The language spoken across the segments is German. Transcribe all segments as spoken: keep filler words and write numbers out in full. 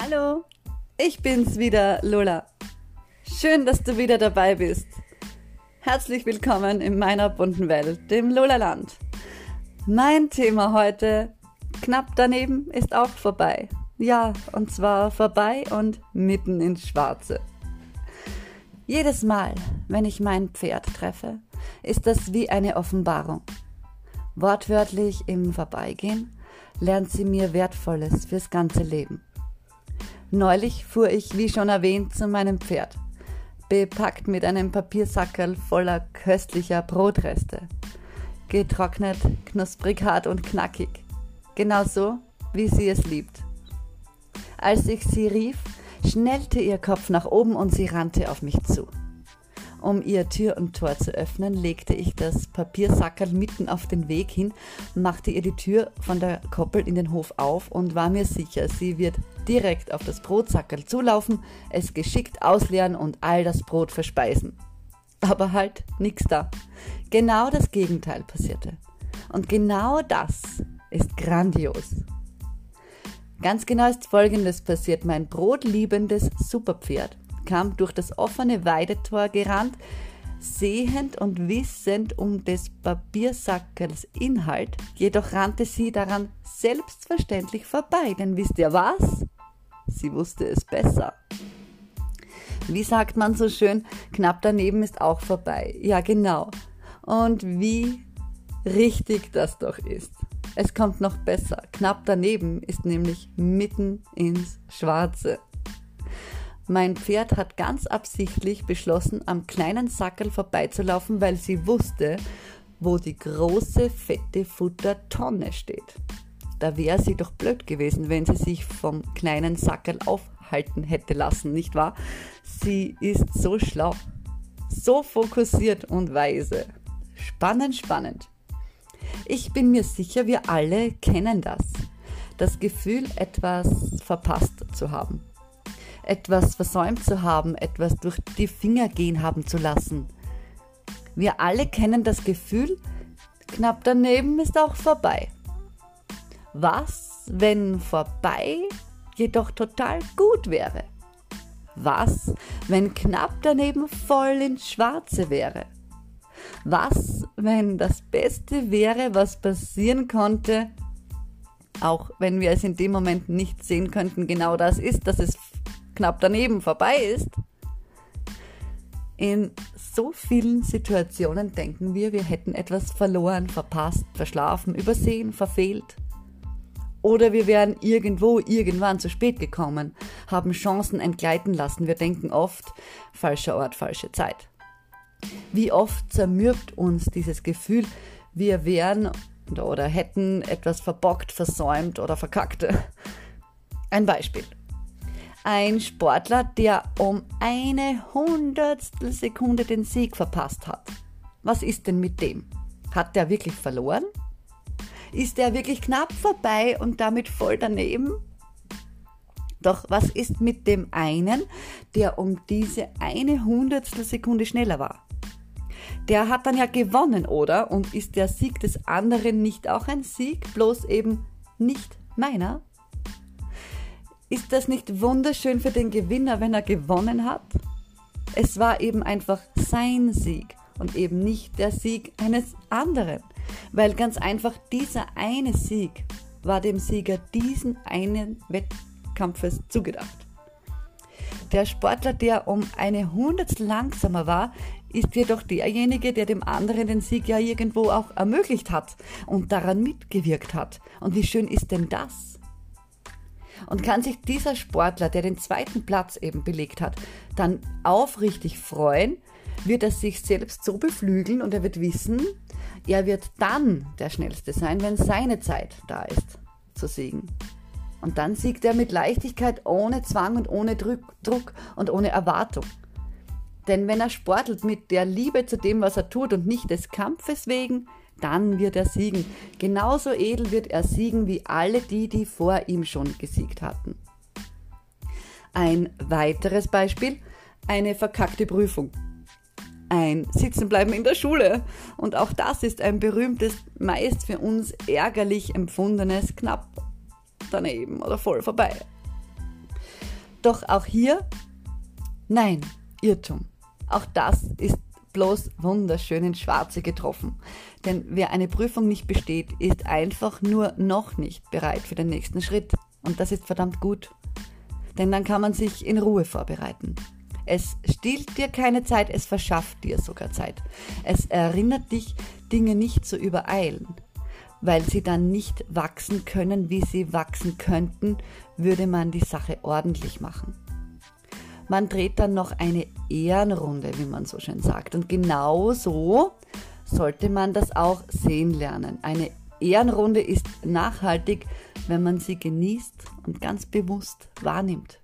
Hallo, ich bin's wieder, Lola. Schön, dass du wieder dabei bist. Herzlich willkommen in meiner bunten Welt, dem Lola-Land. Mein Thema heute, knapp daneben, ist auch vorbei. Ja, und zwar vorbei und mitten ins Schwarze. Jedes Mal, wenn ich mein Pferd treffe, ist das wie eine Offenbarung. Wortwörtlich im Vorbeigehen lernt sie mir Wertvolles fürs ganze Leben. Neulich fuhr ich, wie schon erwähnt, zu meinem Pferd, bepackt mit einem Papiersackerl voller köstlicher Brotreste. Getrocknet, knusprig, hart und knackig. Genauso, wie sie es liebt. Als ich sie rief, schnellte ihr Kopf nach oben und sie rannte auf mich zu. Um ihr Tür und Tor zu öffnen, legte ich das Papiersackerl mitten auf den Weg hin, machte ihr die Tür von der Koppel in den Hof auf und war mir sicher, sie wird direkt auf das Brotsackerl zulaufen, es geschickt ausleeren und all das Brot verspeisen. Aber halt nix da. Genau das Gegenteil passierte. Und genau das ist grandios. Ganz genau ist Folgendes passiert. Mein brotliebendes Superpferd kam durch das offene Weidetor gerannt, sehend und wissend um des Papiersackels Inhalt, jedoch rannte sie daran selbstverständlich vorbei, denn wisst ihr was? Sie wusste es besser. Wie sagt man so schön, knapp daneben ist auch vorbei. Ja, genau. Und wie richtig das doch ist. Es kommt noch besser. Knapp daneben ist nämlich mitten ins Schwarze. Mein Pferd hat ganz absichtlich beschlossen, am kleinen Sackerl vorbeizulaufen, weil sie wusste, wo die große, fette Futtertonne steht. Da wäre sie doch blöd gewesen, wenn sie sich vom kleinen Sackerl aufhalten hätte lassen, nicht wahr? Sie ist so schlau, so fokussiert und weise. Spannend, spannend. Ich bin mir sicher, wir alle kennen das. Das Gefühl, etwas verpasst zu haben. Etwas versäumt zu haben, etwas durch die Finger gehen haben zu lassen. Wir alle kennen das Gefühl, knapp daneben ist auch vorbei. Was, wenn vorbei jedoch total gut wäre? Was, wenn knapp daneben voll ins Schwarze wäre? Was, wenn das Beste wäre, was passieren konnte, auch wenn wir es in dem Moment nicht sehen könnten, genau das ist, dass es knapp daneben vorbei ist? In so vielen Situationen denken wir, wir hätten etwas verloren, verpasst, verschlafen, übersehen, verfehlt. Oder wir wären irgendwo, irgendwann zu spät gekommen, haben Chancen entgleiten lassen. Wir denken oft, falscher Ort, falsche Zeit. Wie oft zermürbt uns dieses Gefühl, wir wären oder hätten etwas verbockt, versäumt oder verkackt. Ein Beispiel. Ein Sportler, der um eine Hundertstel Sekunde den Sieg verpasst hat. Was ist denn mit dem? Hat der wirklich verloren? Ist der wirklich knapp vorbei und damit voll daneben? Doch was ist mit dem einen, der um diese eine Hundertstel Sekunde schneller war? Der hat dann ja gewonnen, oder? Und ist der Sieg des anderen nicht auch ein Sieg, bloß eben nicht meiner? Ist das nicht wunderschön für den Gewinner, wenn er gewonnen hat? Es war eben einfach sein Sieg und eben nicht der Sieg eines anderen, weil ganz einfach dieser eine Sieg war dem Sieger diesen einen Wettkampfes zugedacht. Der Sportler, der um eine Hundertstel langsamer war, ist jedoch derjenige, der dem anderen den Sieg ja irgendwo auch ermöglicht hat und daran mitgewirkt hat. Und wie schön ist denn das? Und kann sich dieser Sportler, der den zweiten Platz eben belegt hat, dann aufrichtig freuen, wird er sich selbst so beflügeln und er wird wissen, er wird dann der Schnellste sein, wenn seine Zeit da ist, zu siegen. Und dann siegt er mit Leichtigkeit, ohne Zwang und ohne Druck und ohne Erwartung. Denn wenn er sportelt mit der Liebe zu dem, was er tut und nicht des Kampfes wegen, dann wird er siegen. Genauso edel wird er siegen wie alle die, die vor ihm schon gesiegt hatten. Ein weiteres Beispiel, eine verkackte Prüfung. Ein Sitzenbleiben in der Schule. Und auch das ist ein berühmtes, meist für uns ärgerlich empfundenes knapp daneben oder voll vorbei. Doch auch hier, nein, Irrtum. Auch das ist bloß wunderschön ins Schwarze getroffen. Denn wer eine Prüfung nicht besteht, ist einfach nur noch nicht bereit für den nächsten Schritt. Und das ist verdammt gut. Denn dann kann man sich in Ruhe vorbereiten. Es stiehlt dir keine Zeit, es verschafft dir sogar Zeit. Es erinnert dich, Dinge nicht zu übereilen. Weil sie dann nicht wachsen können, wie sie wachsen könnten, würde man die Sache ordentlich machen. Man dreht dann noch eine Ehrenrunde, wie man so schön sagt. Und genau so sollte man das auch sehen lernen. Eine Ehrenrunde ist nachhaltig, wenn man sie genießt und ganz bewusst wahrnimmt.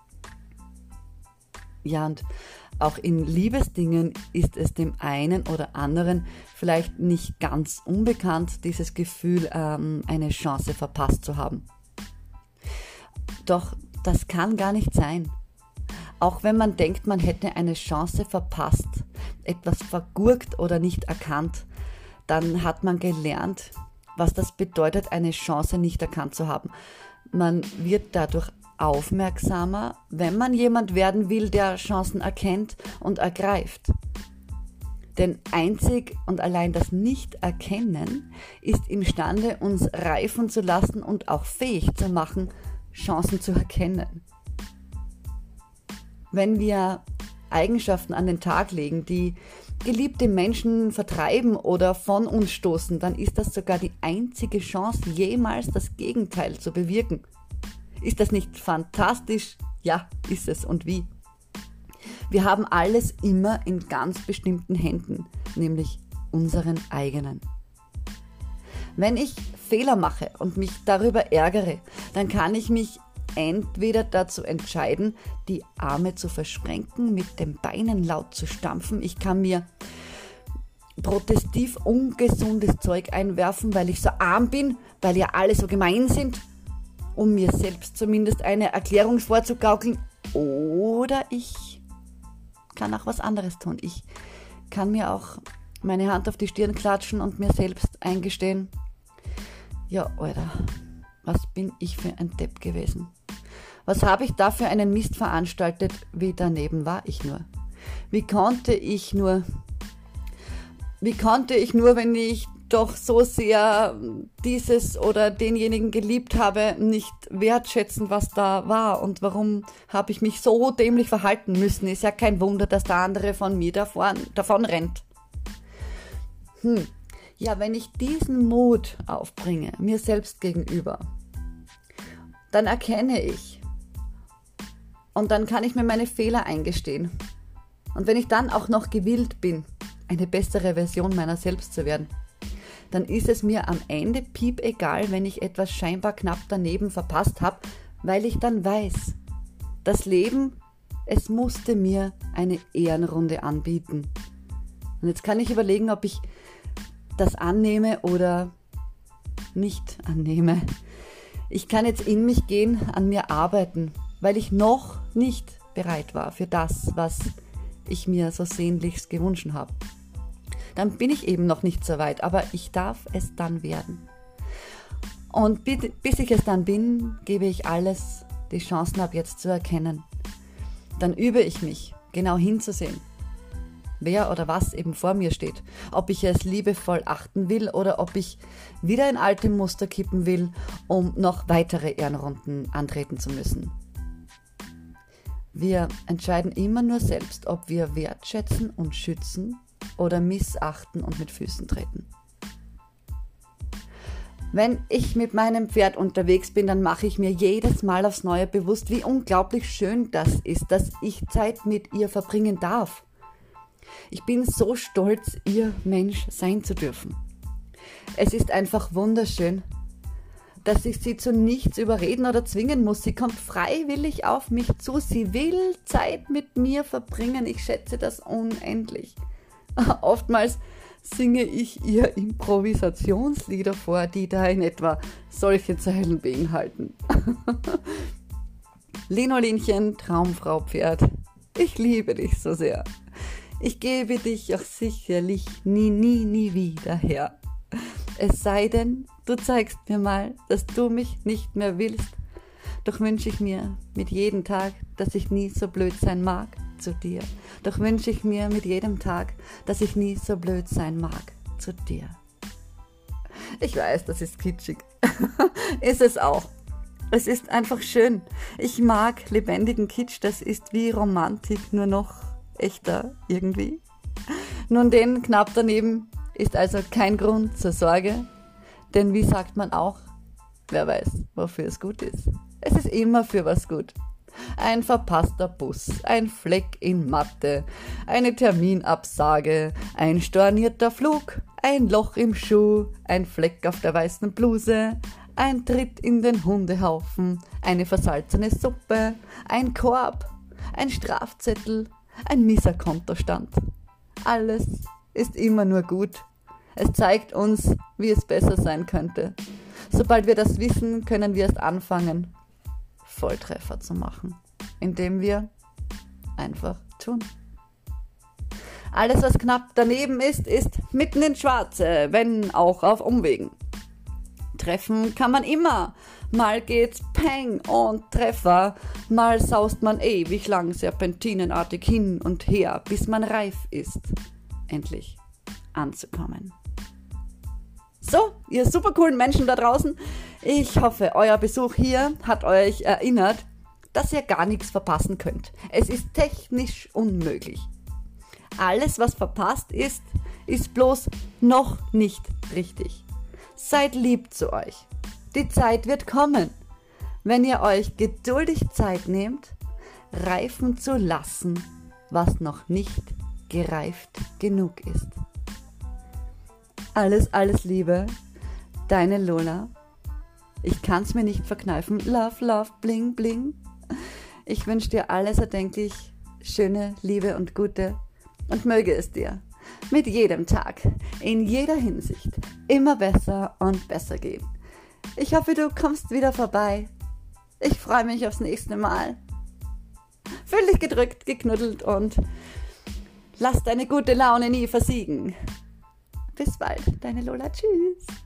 Ja, und auch in Liebesdingen ist es dem einen oder anderen vielleicht nicht ganz unbekannt, dieses Gefühl, ähm, eine Chance verpasst zu haben. Doch das kann gar nicht sein. Auch wenn man denkt, man hätte eine Chance verpasst, etwas vergurkt oder nicht erkannt, dann hat man gelernt, was das bedeutet, eine Chance nicht erkannt zu haben. Man wird dadurch aufmerksamer, wenn man jemand werden will, der Chancen erkennt und ergreift. Denn einzig und allein das Nicht-Erkennen ist imstande, uns reifen zu lassen und auch fähig zu machen, Chancen zu erkennen. Wenn wir Eigenschaften an den Tag legen, die geliebte Menschen vertreiben oder von uns stoßen, dann ist das sogar die einzige Chance, jemals das Gegenteil zu bewirken. Ist das nicht fantastisch? Ja, ist es. Und wie? Wir haben alles immer in ganz bestimmten Händen, nämlich unseren eigenen. Wenn ich Fehler mache und mich darüber ärgere, dann kann ich mich entweder dazu entscheiden, die Arme zu verschränken, mit den Beinen laut zu stampfen. Ich kann mir protestiv ungesundes Zeug einwerfen, weil ich so arm bin, weil ja alle so gemein sind, um mir selbst zumindest eine Erklärung vorzugaukeln. Oder ich kann auch was anderes tun. Ich kann mir auch meine Hand auf die Stirn klatschen und mir selbst eingestehen, ja, Alter, was bin ich für ein Depp gewesen? Was habe ich da für einen Mist veranstaltet? Wie daneben war ich nur? Wie konnte ich nur, wie konnte ich nur, wenn ich doch so sehr dieses oder denjenigen geliebt habe, nicht wertschätzen, was da war? Und warum habe ich mich so dämlich verhalten müssen? Ist ja kein Wunder, dass der andere von mir davon, davon rennt. Hm. Ja, wenn ich diesen Mut aufbringe, mir selbst gegenüber, dann erkenne ich und dann kann ich mir meine Fehler eingestehen. Und wenn ich dann auch noch gewillt bin, eine bessere Version meiner selbst zu werden, dann ist es mir am Ende piep egal, wenn ich etwas scheinbar knapp daneben verpasst habe, weil ich dann weiß, das Leben, es musste mir eine Ehrenrunde anbieten. Und jetzt kann ich überlegen, ob ich das annehme oder nicht annehme. Ich kann jetzt in mich gehen, an mir arbeiten, weil ich noch nicht bereit war für das, was ich mir so sehnlichst gewünscht habe. Dann bin ich eben noch nicht so weit, aber ich darf es dann werden. Und bis ich es dann bin, gebe ich alles, die Chancen ab jetzt zu erkennen. Dann übe ich mich, genau hinzusehen, wer oder was eben vor mir steht. Ob ich es liebevoll achten will oder ob ich wieder in alte Muster kippen will, um noch weitere Ehrenrunden antreten zu müssen. Wir entscheiden immer nur selbst, ob wir wertschätzen und schützen oder missachten und mit Füßen treten. Wenn ich mit meinem Pferd unterwegs bin, dann mache ich mir jedes Mal aufs Neue bewusst, wie unglaublich schön das ist, dass ich Zeit mit ihr verbringen darf. Ich bin so stolz, ihr Mensch sein zu dürfen. Es ist einfach wunderschön, dass ich sie zu nichts überreden oder zwingen muss. Sie kommt freiwillig auf mich zu. Sie will Zeit mit mir verbringen. Ich schätze das unendlich. Oftmals singe ich ihr Improvisationslieder vor, die da in etwa solche Zeilen beinhalten. Linolinchen, Traumfrau Pferd, ich liebe dich so sehr. Ich gebe dich auch sicherlich nie, nie, nie wieder her. Es sei denn, du zeigst mir mal, dass du mich nicht mehr willst. Doch wünsche ich mir mit jedem Tag, dass ich nie so blöd sein mag zu dir. Doch wünsche ich mir mit jedem Tag, dass ich nie so blöd sein mag zu dir. Ich weiß, das ist kitschig. Ist es auch. Es ist einfach schön. Ich mag lebendigen Kitsch, das ist wie Romantik, nur noch echter irgendwie. Nun, den knapp daneben ist also kein Grund zur Sorge, denn wie sagt man auch, wer weiß, wofür es gut ist. Es ist immer für was gut. Ein verpasster Bus, ein Fleck in Mathe, eine Terminabsage, ein stornierter Flug, ein Loch im Schuh, ein Fleck auf der weißen Bluse, ein Tritt in den Hundehaufen, eine versalzene Suppe, ein Korb, ein Strafzettel, ein mieser Kontostand. Alles ist immer nur gut. Es zeigt uns, wie es besser sein könnte. Sobald wir das wissen, können wir erst anfangen, Volltreffer zu machen, indem wir einfach tun. Alles, was knapp daneben ist, ist mitten ins Schwarze, wenn auch auf Umwegen. Treffen kann man immer. Mal geht's Peng und Treffer, mal saust man ewig lang serpentinenartig hin und her, bis man reif ist, endlich anzukommen. So, ihr super coolen Menschen da draußen, ich hoffe, euer Besuch hier hat euch erinnert, dass ihr gar nichts verpassen könnt. Es ist technisch unmöglich. Alles, was verpasst ist, ist bloß noch nicht richtig. Seid lieb zu euch. Die Zeit wird kommen, wenn ihr euch geduldig Zeit nehmt, reifen zu lassen, was noch nicht gereift genug ist. Alles, alles Liebe, deine Lola. Ich kann's mir nicht verkneifen. Love, love, bling, bling. Ich wünsche dir alles erdenklich Schöne, Liebe und Gute und möge es dir mit jedem Tag, in jeder Hinsicht, immer besser und besser gehen. Ich hoffe, du kommst wieder vorbei. Ich freue mich aufs nächste Mal. Fühl dich gedrückt, geknuddelt und lass deine gute Laune nie versiegen. Bis bald, deine Lola. Tschüss.